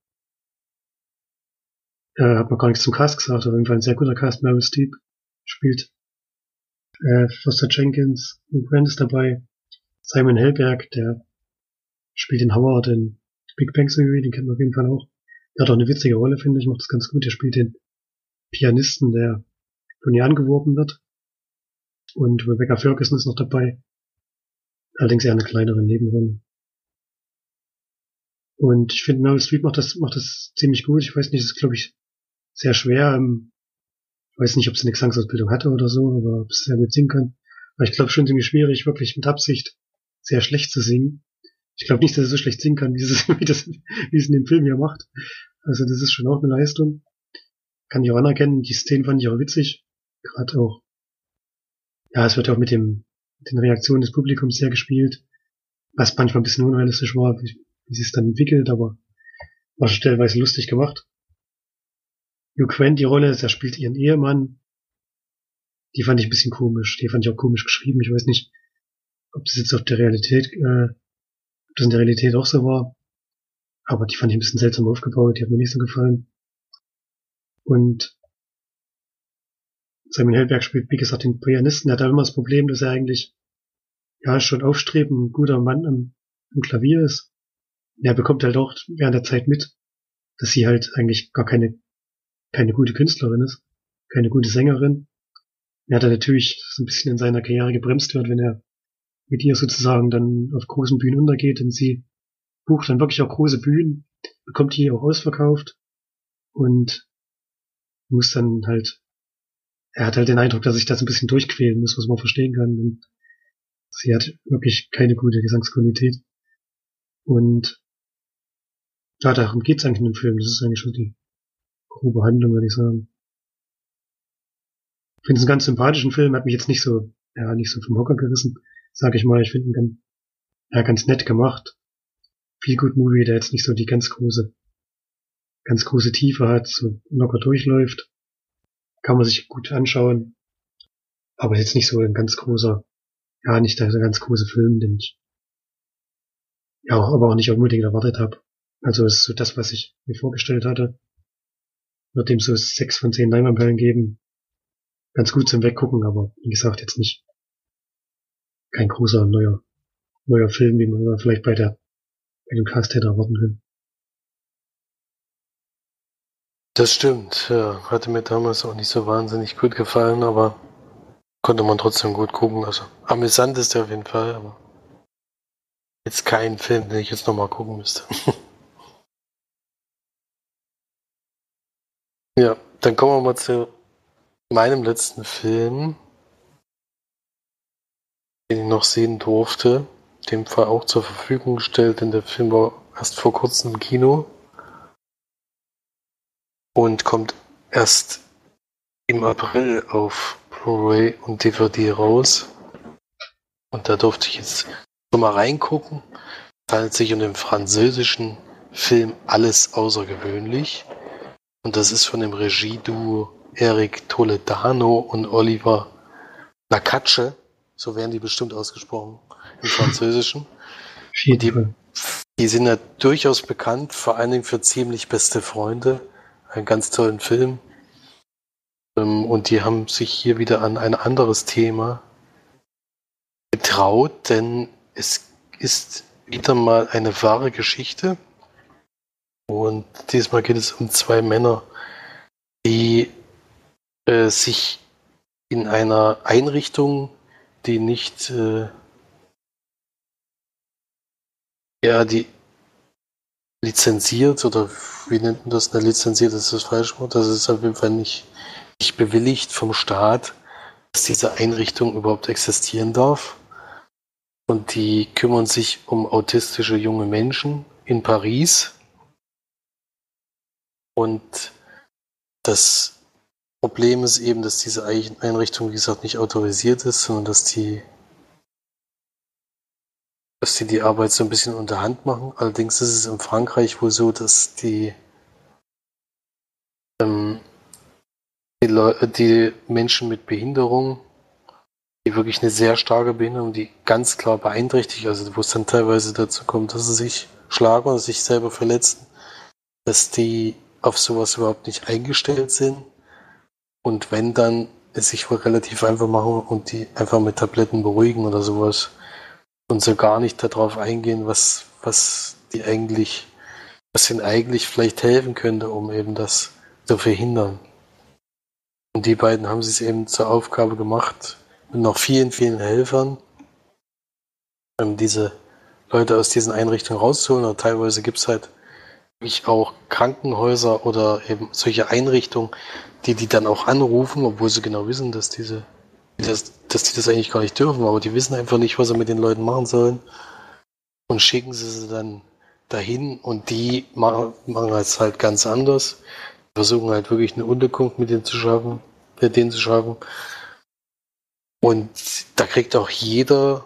[SPEAKER 2] Äh, hat man gar nichts zum Cast gesagt, aber auf jeden Fall ein sehr guter Cast. Meryl Streep spielt äh, Foster Jenkins, Hugh Grant ist dabei, Simon Helberg, der spielt den Howard in Big Bang Theory, den kennt man auf jeden Fall auch. Der hat auch eine witzige Rolle, finde ich, macht das ganz gut. Der spielt den Pianisten, der von ihr angeworben wird. Und Rebecca Ferguson ist noch dabei. Allerdings eher eine kleinere Nebenrolle. Und ich finde, Meryl Streep macht das, macht das ziemlich gut. Ich weiß nicht, das ist, glaube ich, sehr schwer. Ich weiß nicht, ob sie eine Gesangsausbildung hatte oder so, aber ob sie sehr gut singen kann. Aber ich glaube schon ziemlich schwierig, wirklich mit Absicht sehr schlecht zu singen. Ich glaube nicht, dass sie so schlecht singen kann, wie sie wie das, wie es in dem Film hier macht. Also das ist schon auch eine Leistung. Kann ich auch anerkennen. Die Szenen fand ich auch witzig. Gerade auch, ja, es wird auch mit dem, mit den Reaktionen des Publikums sehr gespielt. Was manchmal ein bisschen unrealistisch war, wie, wie sie es dann entwickelt, aber war schon stellenweise lustig gemacht. Hugh Grant, die Rolle, er spielt ihren Ehemann. Die fand ich ein bisschen komisch. Die fand ich auch komisch geschrieben. Ich weiß nicht, ob das jetzt auf der Realität, äh, ob das in der Realität auch so war. Aber die fand ich ein bisschen seltsam aufgebaut. Die hat mir nicht so gefallen. Und Simon Helberg spielt, wie gesagt, den Pianisten. Er hat halt immer das Problem, dass er eigentlich, ja, schon aufstrebend, ein guter Mann am, am Klavier ist. Und er bekommt halt auch während der Zeit mit, dass sie halt eigentlich gar keine, keine gute Künstlerin ist. Keine gute Sängerin. Er hat dann natürlich so ein bisschen in seiner Karriere gebremst wird, wenn er mit ihr sozusagen dann auf großen Bühnen untergeht und sie bucht dann wirklich auch große Bühnen, bekommt die auch ausverkauft und muss dann halt, er hat halt den Eindruck, dass sich das ein bisschen durchquälen muss, was man verstehen kann. Und sie hat wirklich keine gute Gesangsqualität. Und ja, darum geht's eigentlich in dem Film. Das ist eigentlich schon die, grobe Handlung, würde ich sagen. Ich finde es einen ganz sympathischen Film, hat mich jetzt nicht so, ja, nicht so vom Hocker gerissen, sag ich mal. Ich finde ihn ganz, ja, ganz nett gemacht. Viel Good Movie, der jetzt nicht so die ganz große, ganz große Tiefe hat, so locker durchläuft. Kann man sich gut anschauen. Aber jetzt nicht so ein ganz großer, ja, nicht der so ganz große Film, den ich, ja, aber auch nicht unbedingt erwartet habe. Also ist so das, was ich mir vorgestellt hatte. Wird dem so sechs von zehn Leinwandperlen geben. Ganz gut zum Weggucken, aber wie gesagt, jetzt nicht kein großer neuer, neuer Film, wie man vielleicht bei der, bei dem Cast hätte erwarten können.
[SPEAKER 1] Das stimmt, ja. Hatte mir damals auch nicht so wahnsinnig gut gefallen, aber konnte man trotzdem gut gucken. Also amüsant ist der auf jeden Fall, aber jetzt kein Film, den ich jetzt nochmal gucken müsste. Ja, dann kommen wir mal zu meinem letzten Film, den ich noch sehen durfte. In dem Fall auch zur Verfügung gestellt, denn der Film war erst vor kurzem im Kino und kommt erst im April auf Blu-ray und D V D raus. Und da durfte ich jetzt schon mal reingucken. Es handelt sich um den französischen Film Alles außergewöhnlich. Und das ist von dem Regieduo Eric Toledano und Oliver Nakache. So werden die bestimmt ausgesprochen im Französischen. Und die, die sind ja durchaus bekannt, vor allen Dingen für Ziemlich beste Freunde. Einen ganz tollen Film. Und die haben sich hier wieder an ein anderes Thema getraut, denn es ist wieder mal eine wahre Geschichte. Und diesmal geht es um zwei Männer, die äh, sich in einer Einrichtung, die nicht, äh, ja, die lizenziert, oder wie nennt man das? Eine lizenziert ist das falsche Wort. Das ist auf jeden Fall nicht, nicht bewilligt vom Staat, dass diese Einrichtung überhaupt existieren darf. Und die kümmern sich um autistische junge Menschen in Paris. Und das Problem ist eben, dass diese Einrichtung, wie gesagt, nicht autorisiert ist, sondern dass die, dass die die Arbeit so ein bisschen unter Hand machen. Allerdings ist es in Frankreich wohl so, dass die, ähm, die, Leu- die Menschen mit Behinderung, die wirklich eine sehr starke Behinderung, die ganz klar beeinträchtigt, also wo es dann teilweise dazu kommt, dass sie sich schlagen oder sich selber verletzen, dass die auf sowas überhaupt nicht eingestellt sind. Und wenn, dann es sich wohl relativ einfach machen und die einfach mit Tabletten beruhigen oder sowas und so gar nicht darauf eingehen, was, was die eigentlich, was ihnen eigentlich vielleicht helfen könnte, um eben das zu verhindern. Und die beiden haben sich eben zur Aufgabe gemacht, mit noch vielen, vielen Helfern, um diese Leute aus diesen Einrichtungen rauszuholen. Und teilweise gibt es halt wirklich auch Krankenhäuser oder eben solche Einrichtungen, die die dann auch anrufen, obwohl sie genau wissen, dass diese, dass, dass die das eigentlich gar nicht dürfen, aber die wissen einfach nicht, was sie mit den Leuten machen sollen und schicken sie sie dann dahin und die machen, machen es halt ganz anders, versuchen halt wirklich eine Unterkunft mit denen zu schaffen, mit denen zu schaffen und da kriegt auch jeder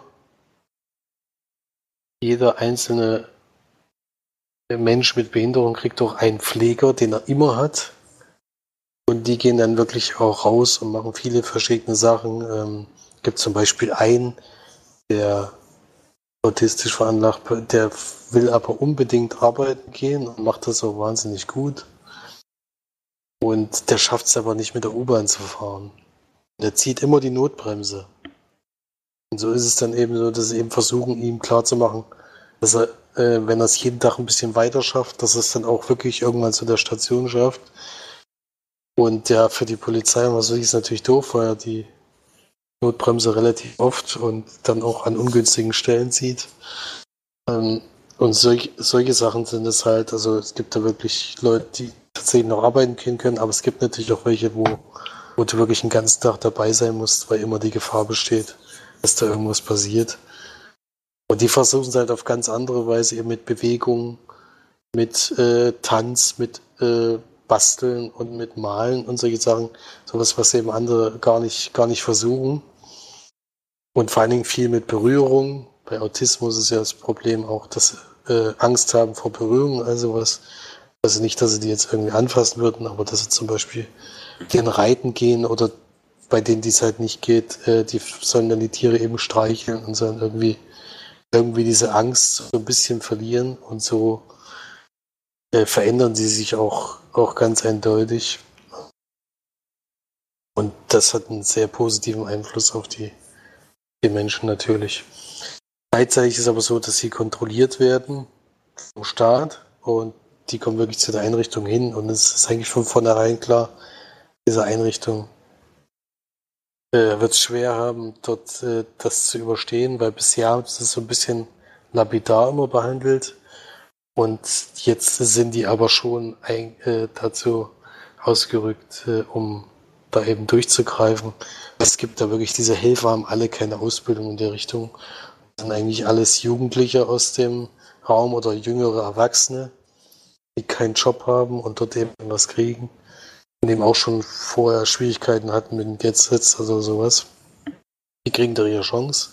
[SPEAKER 1] jeder einzelne Mensch mit Behinderung kriegt auch einen Pfleger, den er immer hat. Und die gehen dann wirklich auch raus und machen viele verschiedene Sachen. Ähm, gibt zum Beispiel einen, der autistisch veranlagt, der will aber unbedingt arbeiten gehen und macht das auch wahnsinnig gut. Und der schafft es aber nicht mit der U-Bahn zu fahren. Der zieht immer die Notbremse. Und so ist es dann eben so, dass sie eben versuchen, ihm klarzumachen, dass er, äh, wenn er es jeden Tag ein bisschen weiter schafft, dass er es dann auch wirklich irgendwann zu der Station schafft. Und ja, für die Polizei war es natürlich doof, weil er die Notbremse relativ oft und dann auch an ungünstigen Stellen zieht. Ähm, und solch, solche Sachen sind es halt, also es gibt da wirklich Leute, die tatsächlich noch arbeiten gehen können, aber es gibt natürlich auch welche, wo, wo du wirklich den ganzen Tag dabei sein musst, weil immer die Gefahr besteht, dass da irgendwas passiert. Und die versuchen es halt auf ganz andere Weise, eben mit Bewegung, mit äh, Tanz, mit äh, Basteln und mit Malen und solche Sachen. Sowas, was eben andere gar nicht, gar nicht versuchen. Und vor allen Dingen viel mit Berührung. Bei Autismus ist ja das Problem auch, dass sie äh, Angst haben vor Berührung, also was. Also nicht, dass sie die jetzt irgendwie anfassen würden, aber dass sie zum Beispiel den Reiten gehen oder bei denen dies halt nicht geht, äh, die sollen dann die Tiere eben streicheln und sollen irgendwie, irgendwie diese Angst so ein bisschen verlieren und so äh, verändern sie sich auch, auch ganz eindeutig. Und das hat einen sehr positiven Einfluss auf die, die Menschen natürlich. Gleichzeitig ist es aber so, dass sie kontrolliert werden vom Staat und die kommen wirklich zu der Einrichtung hin und es ist eigentlich von vornherein klar, diese Einrichtung äh, wird es schwer haben, dort äh, das zu überstehen, weil bisher haben sie es so ein bisschen lapidar immer behandelt und jetzt sind die aber schon ein, äh, dazu ausgerückt, äh, um da eben durchzugreifen. Es gibt da wirklich diese Helfer, haben alle keine Ausbildung in der Richtung. Das sind eigentlich alles Jugendliche aus dem Raum oder jüngere Erwachsene, die keinen Job haben und dort eben was kriegen. Und eben auch schon vorher Schwierigkeiten hatten mit dem Gesetz oder sowas. Die kriegen da ihre Chance.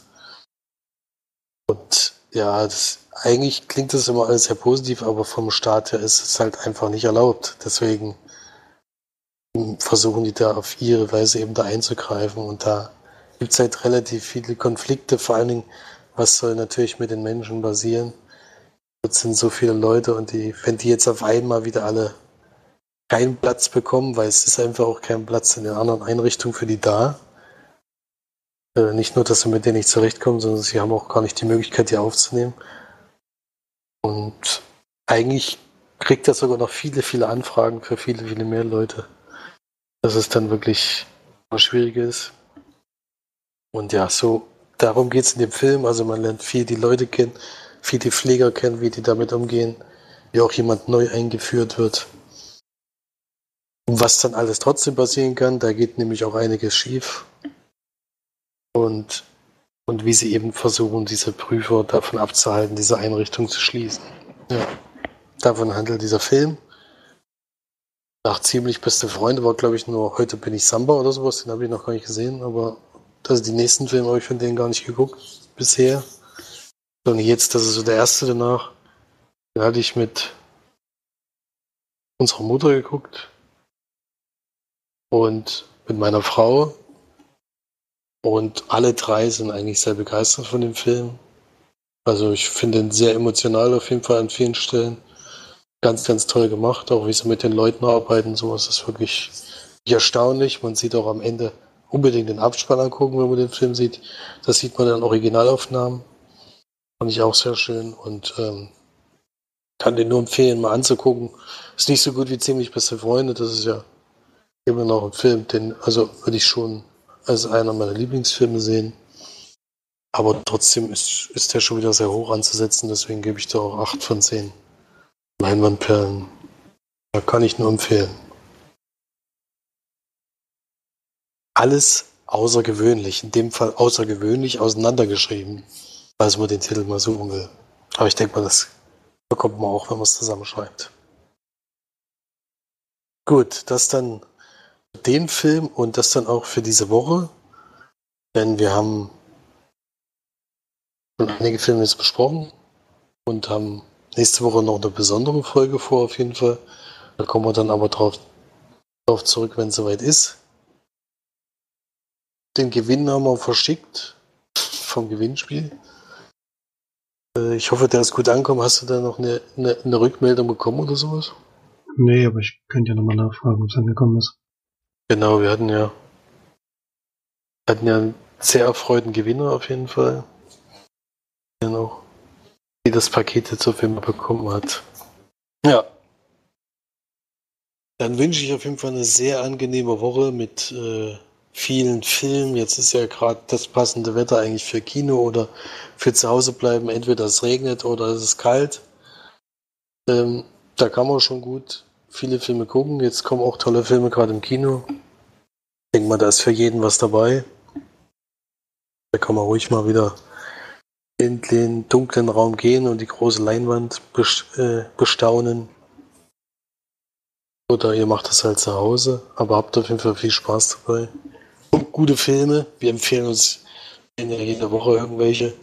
[SPEAKER 1] Und ja, das, eigentlich klingt das immer alles sehr positiv, aber vom Staat her ist es halt einfach nicht erlaubt. Deswegen versuchen die da auf ihre Weise eben da einzugreifen. Und da gibt es halt relativ viele Konflikte, vor allen Dingen, was soll natürlich mit den Menschen passieren. Dort sind so viele Leute und die, wenn die jetzt auf einmal wieder alle keinen Platz bekommen, weil es ist einfach auch kein Platz in den anderen Einrichtungen für die da. Äh, nicht nur, dass sie mit denen nicht zurechtkommen, sondern sie haben auch gar nicht die Möglichkeit, die aufzunehmen. Und eigentlich kriegt er sogar noch viele, viele Anfragen für viele, viele mehr Leute. Dass es dann wirklich schwierig ist. Und ja, so darum geht es in dem Film. Also man lernt viel die Leute kennen, viel die Pfleger kennen, wie die damit umgehen, wie auch jemand neu eingeführt wird. Und was dann alles trotzdem passieren kann, da geht nämlich auch einiges schief. Und, und wie sie eben versuchen, diese Prüfer davon abzuhalten, diese Einrichtung zu schließen. Ja, davon handelt dieser Film. Nach Ziemlich beste Freunde war, glaube ich, nur Heute bin ich Samba oder sowas. Den habe ich noch gar nicht gesehen, aber also die nächsten Filme habe ich von denen gar nicht geguckt bisher. Und jetzt, das ist so der erste danach. Den hatte ich mit unserer Mutter geguckt und mit meiner Frau. Und alle drei sind eigentlich sehr begeistert von dem Film. Also ich finde ihn sehr emotional auf jeden Fall an vielen Stellen. Ganz, ganz toll gemacht, auch wie sie mit den Leuten arbeiten. Sowas ist wirklich erstaunlich. Man sieht auch am Ende unbedingt den Abspann angucken, wenn man den Film sieht. Das sieht man in Originalaufnahmen. Fand ich auch sehr schön und ähm, kann den nur empfehlen, mal anzugucken. Ist nicht so gut wie Ziemlich beste Freunde. Das ist ja immer noch ein Film, den also würde ich schon als einer meiner Lieblingsfilme sehen. Aber trotzdem ist, ist der schon wieder sehr hoch anzusetzen. Deswegen gebe ich da auch acht von zehn Leinwandperlen. Da kann ich nur empfehlen. Alles außergewöhnlich, in dem Fall außergewöhnlich auseinandergeschrieben, falls man den Titel mal suchen will. Aber ich denke mal, das bekommt man auch, wenn man es zusammenschreibt. Gut, das dann den Film und das dann auch für diese Woche, denn wir haben schon einige Filme jetzt besprochen und haben nächste Woche noch eine besondere Folge vor, auf jeden Fall. Da kommen wir dann aber drauf, drauf zurück, wenn es soweit ist. Den Gewinn haben wir verschickt vom Gewinnspiel. Äh, ich hoffe, der ist gut angekommen. Hast du da noch eine, eine, eine Rückmeldung bekommen oder sowas?
[SPEAKER 2] Nee, aber ich könnte ja nochmal nachfragen, ob es angekommen ist.
[SPEAKER 1] Genau, wir hatten ja, hatten ja einen sehr erfreuten Gewinner auf jeden Fall. Genau. Die das Paket jetzt auf jeden Fall bekommen hat. Ja. Dann wünsche ich auf jeden Fall eine sehr angenehme Woche mit äh, vielen Filmen. Jetzt ist ja gerade das passende Wetter eigentlich für Kino oder für zu Hause bleiben. Entweder es regnet oder es ist kalt. Ähm, da kann man schon gut viele Filme gucken. Jetzt kommen auch tolle Filme gerade im Kino. Ich denke mal, da ist für jeden was dabei. Da kann man ruhig mal wieder in den dunklen Raum gehen und die große Leinwand bestaunen. Oder ihr macht das halt zu Hause, aber habt auf jeden Fall viel Spaß dabei. Und gute Filme. Wir empfehlen uns ja jede Woche irgendwelche.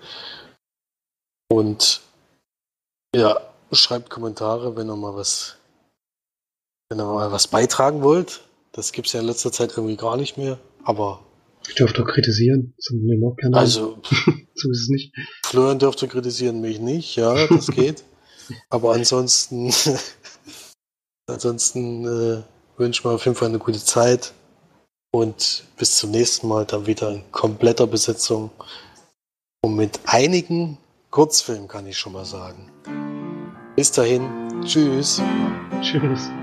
[SPEAKER 1] Und ja, schreibt Kommentare, wenn ihr mal was, wenn ihr mal was beitragen wollt. Das gibt es ja in letzter Zeit irgendwie gar nicht mehr. Aber
[SPEAKER 2] Ich dürfte auch kritisieren. Das nehmen wir auch gerne.
[SPEAKER 1] also,
[SPEAKER 2] so ist es nicht.
[SPEAKER 1] Florian dürfte kritisieren, mich nicht. Ja, das geht. Aber ansonsten, ansonsten äh, wünschen wir auf jeden Fall eine gute Zeit. Und bis zum nächsten Mal dann wieder in kompletter Besetzung. Und mit einigen Kurzfilmen kann ich schon mal sagen. Bis dahin. Tschüss.
[SPEAKER 2] Tschüss.